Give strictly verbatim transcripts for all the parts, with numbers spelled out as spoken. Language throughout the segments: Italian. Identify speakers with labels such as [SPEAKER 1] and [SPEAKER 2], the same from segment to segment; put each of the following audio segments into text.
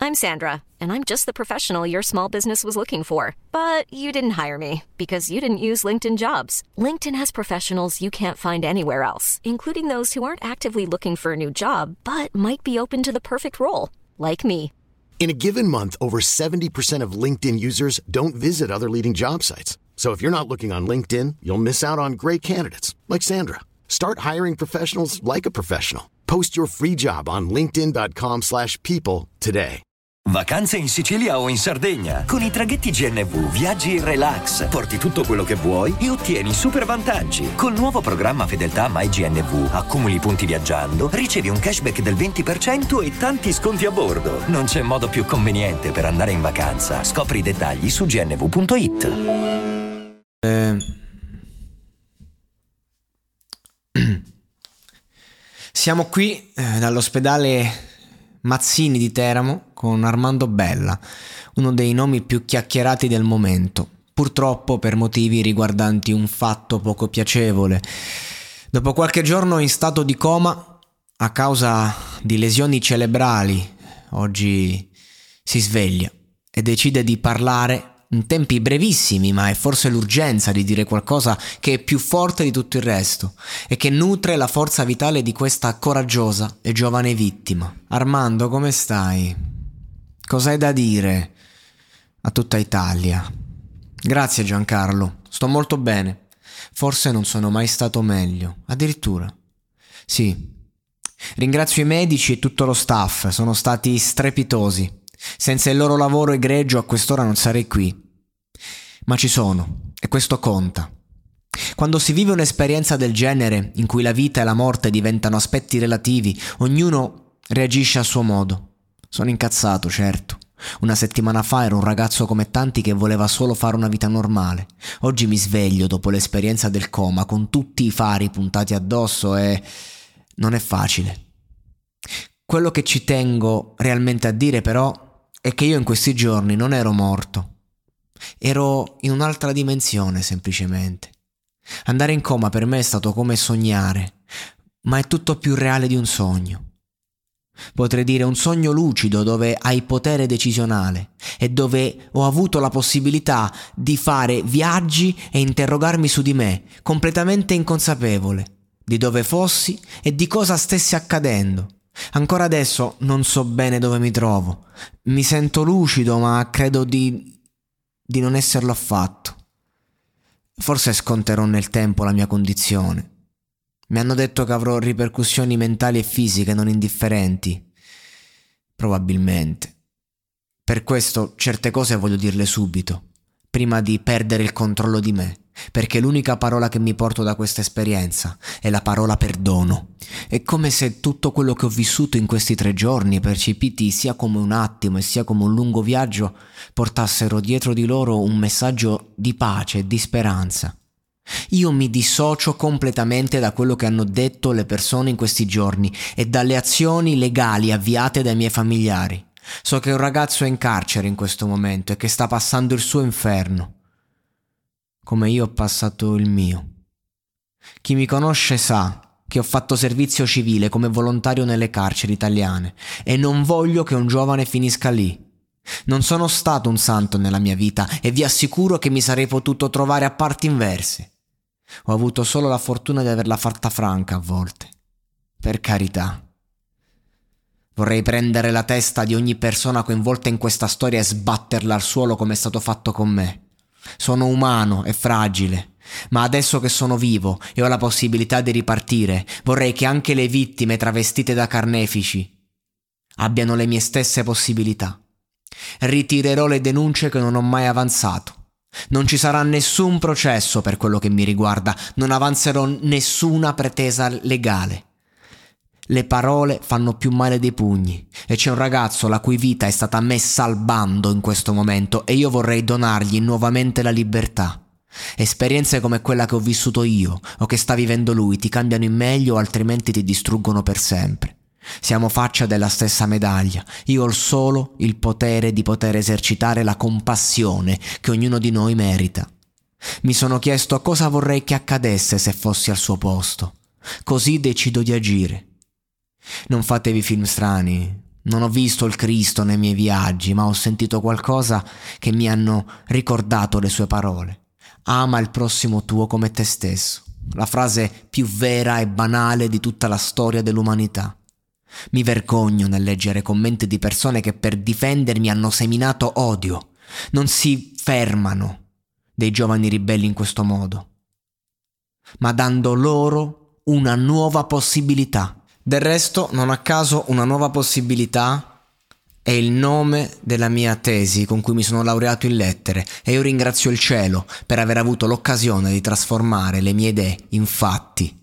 [SPEAKER 1] I'm Sandra, and I'm just the professional your small business was looking for. But you didn't hire me because you didn't use LinkedIn Jobs. LinkedIn has professionals you can't find anywhere else, including those who aren't actively looking for a new job, but might be open to the perfect role, like me.
[SPEAKER 2] In a given month, over seventy percent of LinkedIn users don't visit other leading job sites. So if you're not looking on LinkedIn, you'll miss out on great candidates like Sandra. Start hiring professionals like a professional. Post your free job on linkedin.com slash people today.
[SPEAKER 3] Vacanze in Sicilia o in Sardegna. Con i traghetti G N V viaggi in relax, porti tutto quello che vuoi e ottieni super vantaggi. Col nuovo programma Fedeltà MyGNV accumuli punti viaggiando, ricevi un cashback del venti per cento e tanti sconti a bordo. Non c'è modo più conveniente per andare in vacanza. Scopri i dettagli su g n v punto i t.
[SPEAKER 4] Eh... Siamo qui eh, dall'ospedale Mazzini di Teramo con Armando Bella, uno dei nomi più chiacchierati del momento, purtroppo per motivi riguardanti un fatto poco piacevole. Dopo qualche giorno in stato di coma a causa di lesioni cerebrali, oggi si sveglia e decide di parlare in tempi brevissimi, ma è forse l'urgenza di dire qualcosa che è più forte di tutto il resto e che nutre la forza vitale di questa coraggiosa e giovane vittima. Armando, come stai? Cos'hai da dire a tutta Italia? Grazie Giancarlo, sto molto bene. Forse non sono mai stato meglio, addirittura. Sì, ringrazio i medici e tutto lo staff, sono stati strepitosi. Senza il loro lavoro egregio a quest'ora non sarei qui. Ma ci sono, e questo conta. Quando si vive un'esperienza del genere, in cui la vita e la morte diventano aspetti relativi, ognuno reagisce a suo modo. Sono incazzato, certo. Una settimana fa ero un ragazzo come tanti che voleva solo fare una vita normale. Oggi mi sveglio dopo l'esperienza del coma, con tutti i fari puntati addosso e... non è facile. Quello che ci tengo realmente a dire, però, è che io in questi giorni non ero morto. Ero in un'altra dimensione, semplicemente. Andare in coma per me è stato come sognare, ma è tutto più reale di un sogno. Potrei dire un sogno lucido dove hai potere decisionale e dove ho avuto la possibilità di fare viaggi e interrogarmi su di me, completamente inconsapevole di dove fossi e di cosa stesse accadendo. Ancora adesso non so bene dove mi trovo. Mi sento lucido, ma credo di, di non esserlo affatto. Forse sconterò nel tempo la mia condizione. Mi hanno detto che avrò ripercussioni mentali e fisiche non indifferenti. Probabilmente. Per questo certe cose voglio dirle subito, prima di perdere il controllo di me, perché l'unica parola che mi porto da questa esperienza è la parola perdono. È come se tutto quello che ho vissuto in questi tre giorni, percepiti sia come un attimo e sia come un lungo viaggio, portassero dietro di loro un messaggio di pace e di speranza. Io mi dissocio completamente da quello che hanno detto le persone in questi giorni e dalle azioni legali avviate dai miei familiari. So che un ragazzo è in carcere in questo momento e che sta passando il suo inferno, come io ho passato il mio. Chi mi conosce sa che ho fatto servizio civile come volontario nelle carceri italiane e non voglio che un giovane finisca lì. Non sono stato un santo nella mia vita e vi assicuro che mi sarei potuto trovare a parti inverse. Ho avuto solo la fortuna di averla fatta franca a volte. Per carità. Vorrei prendere la testa di ogni persona coinvolta in questa storia e sbatterla al suolo come è stato fatto con me. Sono umano e fragile, ma adesso che sono vivo e ho la possibilità di ripartire, vorrei che anche le vittime travestite da carnefici abbiano le mie stesse possibilità. Ritirerò le denunce che non ho mai avanzato. Non ci sarà nessun processo per quello che mi riguarda, non avanzerò nessuna pretesa legale. Le parole fanno più male dei pugni e c'è un ragazzo la cui vita è stata messa al bando in questo momento e io vorrei donargli nuovamente la libertà. Esperienze come quella che ho vissuto io o che sta vivendo lui ti cambiano in meglio o altrimenti ti distruggono per sempre. Siamo faccia della stessa medaglia. Io ho solo il potere di poter esercitare la compassione che ognuno di noi merita. Mi sono chiesto cosa vorrei che accadesse se fossi al suo posto. Così decido di agire. Non fatevi film strani, Non ho visto il Cristo nei miei viaggi, ma ho sentito qualcosa che mi hanno ricordato le sue parole. Ama il prossimo tuo come te stesso. La frase più vera e banale di tutta la storia dell'umanità. Mi vergogno nel leggere commenti di persone che per difendermi hanno seminato odio. Non si fermano dei giovani ribelli in questo modo, ma dando loro una nuova possibilità. Del resto, non a caso, una nuova possibilità è il nome della mia tesi con cui mi sono laureato in lettere, e io ringrazio il cielo per aver avuto l'occasione di trasformare le mie idee in fatti.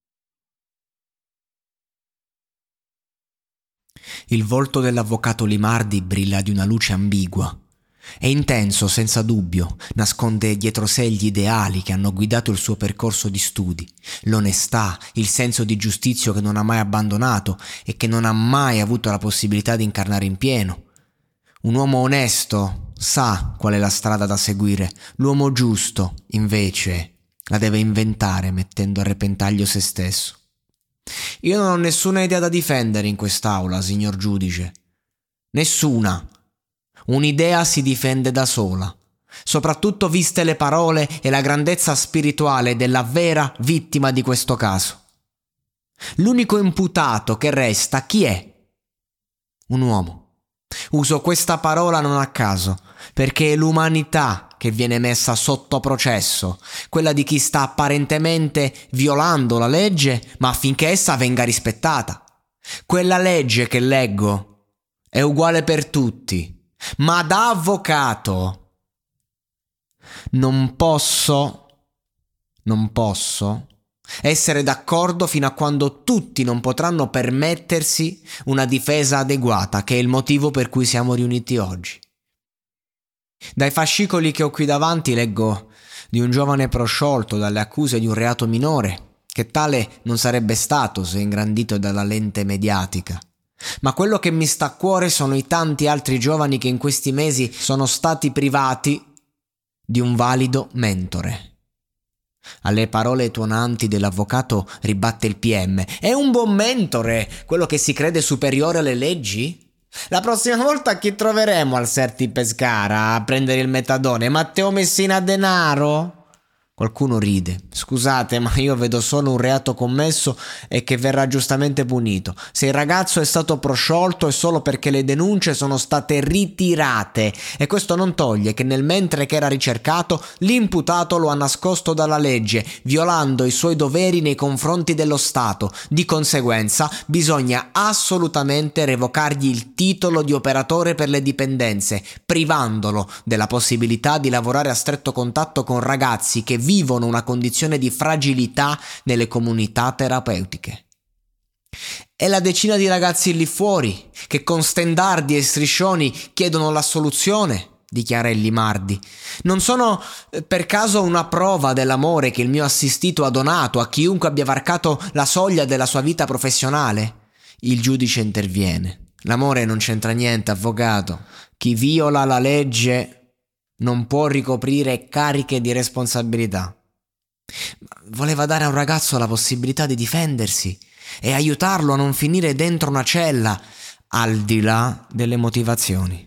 [SPEAKER 4] Il volto dell'avvocato Limardi brilla di una luce ambigua. È intenso, senza dubbio, nasconde dietro sé gli ideali che hanno guidato il suo percorso di studi, l'onestà, il senso di giustizia che non ha mai abbandonato e che non ha mai avuto la possibilità di incarnare in pieno. Un uomo onesto sa qual è la strada da seguire, l'uomo giusto, invece, la deve inventare mettendo a repentaglio se stesso. Io non ho nessuna idea da difendere in quest'aula, signor giudice. Nessuna. Un'idea si difende da sola, soprattutto viste le parole e la grandezza spirituale della vera vittima di questo caso. L'unico imputato che resta chi è? Un uomo. Uso questa parola non a caso, perché è l'umanità che viene messa sotto processo, quella di chi sta apparentemente violando la legge, ma affinché essa venga rispettata. Quella legge che leggo è uguale per tutti. Ma da avvocato non posso, non posso essere d'accordo fino a quando tutti non potranno permettersi una difesa adeguata, che è il motivo per cui siamo riuniti oggi. Dai fascicoli che ho qui davanti leggo di un giovane prosciolto dalle accuse di un reato minore, che tale non sarebbe stato se ingrandito dalla lente mediatica. Ma quello che mi sta a cuore sono i tanti altri giovani che in questi mesi sono stati privati di un valido mentore. Alle parole tuonanti dell'avvocato ribatte il P M. È un buon mentore, quello che si crede superiore alle leggi? La prossima volta chi troveremo al Serti Pescara a prendere il metadone? Matteo Messina Denaro? Qualcuno ride. Scusate, ma io vedo solo un reato commesso e che verrà giustamente punito. Se il ragazzo è stato prosciolto è solo perché le denunce sono state ritirate, e questo non toglie che nel mentre che era ricercato l'imputato lo ha nascosto dalla legge, violando i suoi doveri nei confronti dello Stato. Di conseguenza bisogna assolutamente revocargli il titolo di operatore per le dipendenze, privandolo della possibilità di lavorare a stretto contatto con ragazzi che vivono una condizione di fragilità nelle comunità terapeutiche. E la decina di ragazzi lì fuori che con stendardi e striscioni chiedono l'assoluzione, dichiara il Limardi, non sono per caso una prova dell'amore che il mio assistito ha donato a chiunque abbia varcato la soglia della sua vita professionale? Il giudice interviene. L'amore non c'entra niente, avvocato. Chi viola la legge non può ricoprire cariche di responsabilità. Voleva dare a un ragazzo la possibilità di difendersi e aiutarlo a non finire dentro una cella, al di là delle motivazioni.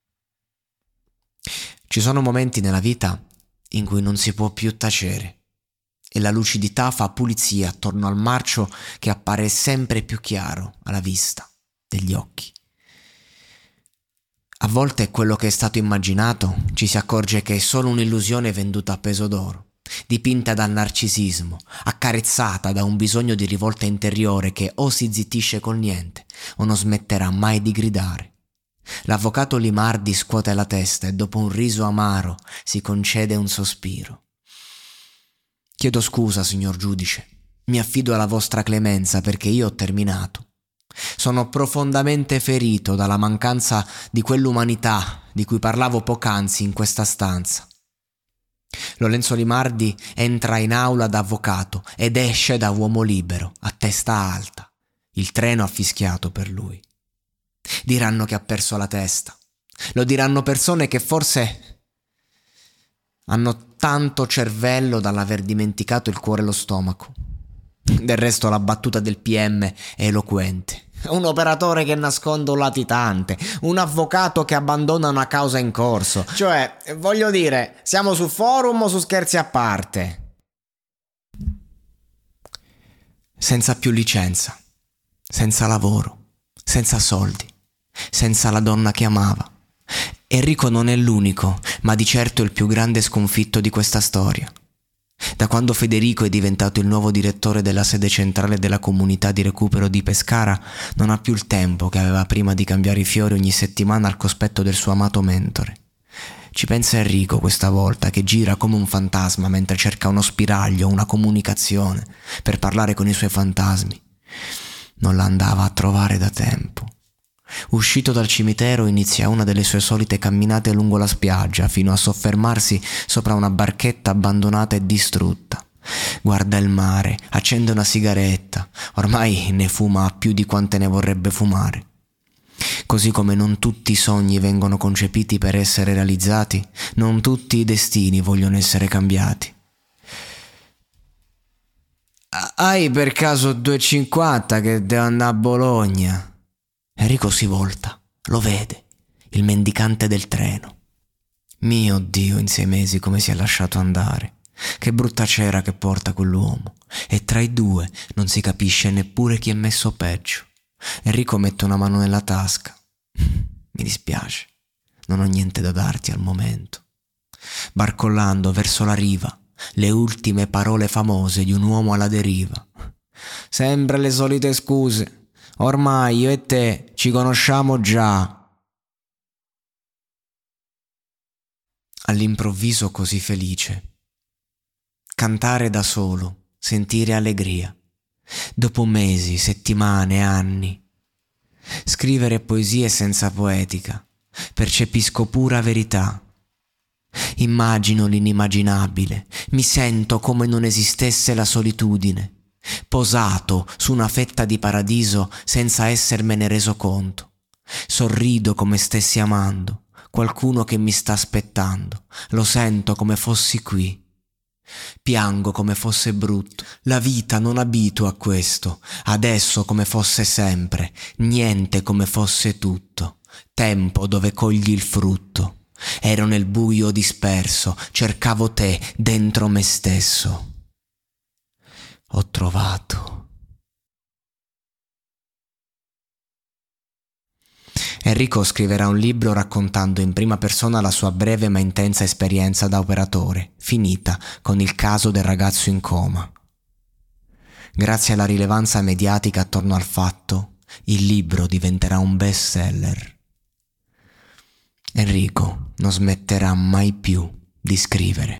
[SPEAKER 4] Ci sono momenti nella vita in cui non si può più tacere e la lucidità fa pulizia attorno al marcio che appare sempre più chiaro alla vista degli occhi. A volte quello che è stato immaginato ci si accorge che è solo un'illusione venduta a peso d'oro, dipinta dal narcisismo, accarezzata da un bisogno di rivolta interiore che o si zittisce col niente o non smetterà mai di gridare. L'avvocato Limardi scuote la testa e dopo un riso amaro si concede un sospiro. Chiedo scusa, signor giudice, mi affido alla vostra clemenza perché io ho terminato. Sono profondamente ferito dalla mancanza di quell'umanità di cui parlavo poc'anzi in questa stanza. Lorenzo Limardi entra in aula da avvocato ed esce da uomo libero, a testa alta. Il treno ha fischiato per lui. Diranno che ha perso la testa. Lo diranno persone che forse hanno tanto cervello dall'aver dimenticato il cuore e lo stomaco. Del resto la battuta del P M è eloquente. un operatore che nasconde un latitante, un avvocato che abbandona una causa in corso. Cioè, voglio dire, siamo su forum o su scherzi a parte? Senza più licenza, senza lavoro, senza soldi, senza la donna che amava. Enrico non è l'unico, ma di certo il più grande sconfitto di questa storia. Da quando Federico è diventato il nuovo direttore della sede centrale della comunità di recupero di Pescara, non ha più il tempo che aveva prima di cambiare i fiori ogni settimana al cospetto del suo amato mentore. Ci pensa Enrico questa volta, che gira come un fantasma mentre cerca uno spiraglio, una comunicazione, per parlare con i suoi fantasmi. Non la andava a trovare da tempo. Uscito dal cimitero inizia una delle sue solite camminate lungo la spiaggia fino a soffermarsi sopra una barchetta abbandonata e distrutta. Guarda il mare, accende una sigaretta, ormai ne fuma più di quante ne vorrebbe fumare. Così come non tutti i sogni vengono concepiti per essere realizzati, non tutti i destini vogliono essere cambiati. Hai per caso due e cinquanta che devo andare a Bologna? Enrico si volta, lo vede, il mendicante del treno. Mio Dio, in sei mesi come si è lasciato andare. Che brutta cera che porta quell'uomo. E tra i due non si capisce neppure chi è messo peggio. Enrico mette una mano nella tasca. Mi dispiace, non ho niente da darti al momento. Barcollando verso la riva, le ultime parole famose di un uomo alla deriva. Sempre le solite scuse. Ormai io e te ci conosciamo già. All'improvviso così felice. Cantare da solo, sentire allegria. Dopo mesi, settimane, anni. Scrivere poesie senza poetica. Percepisco pura verità. Immagino l'inimmaginabile. Mi sento come non esistesse la solitudine. Posato su una fetta di paradiso senza essermene reso conto. Sorrido come stessi amando qualcuno che mi sta aspettando. Lo sento come fossi qui. Piango come fosse brutto. La vita non abito a questo. Adesso come fosse sempre. Niente come fosse tutto. Tempo dove cogli il frutto. Ero nel buio disperso. Cercavo te dentro me stesso. Ho trovato. Enrico scriverà un libro raccontando in prima persona la sua breve ma intensa esperienza da operatore, finita con il caso del ragazzo in coma. Grazie alla rilevanza mediatica attorno al fatto, il libro diventerà un bestseller. Enrico non smetterà mai più di scrivere.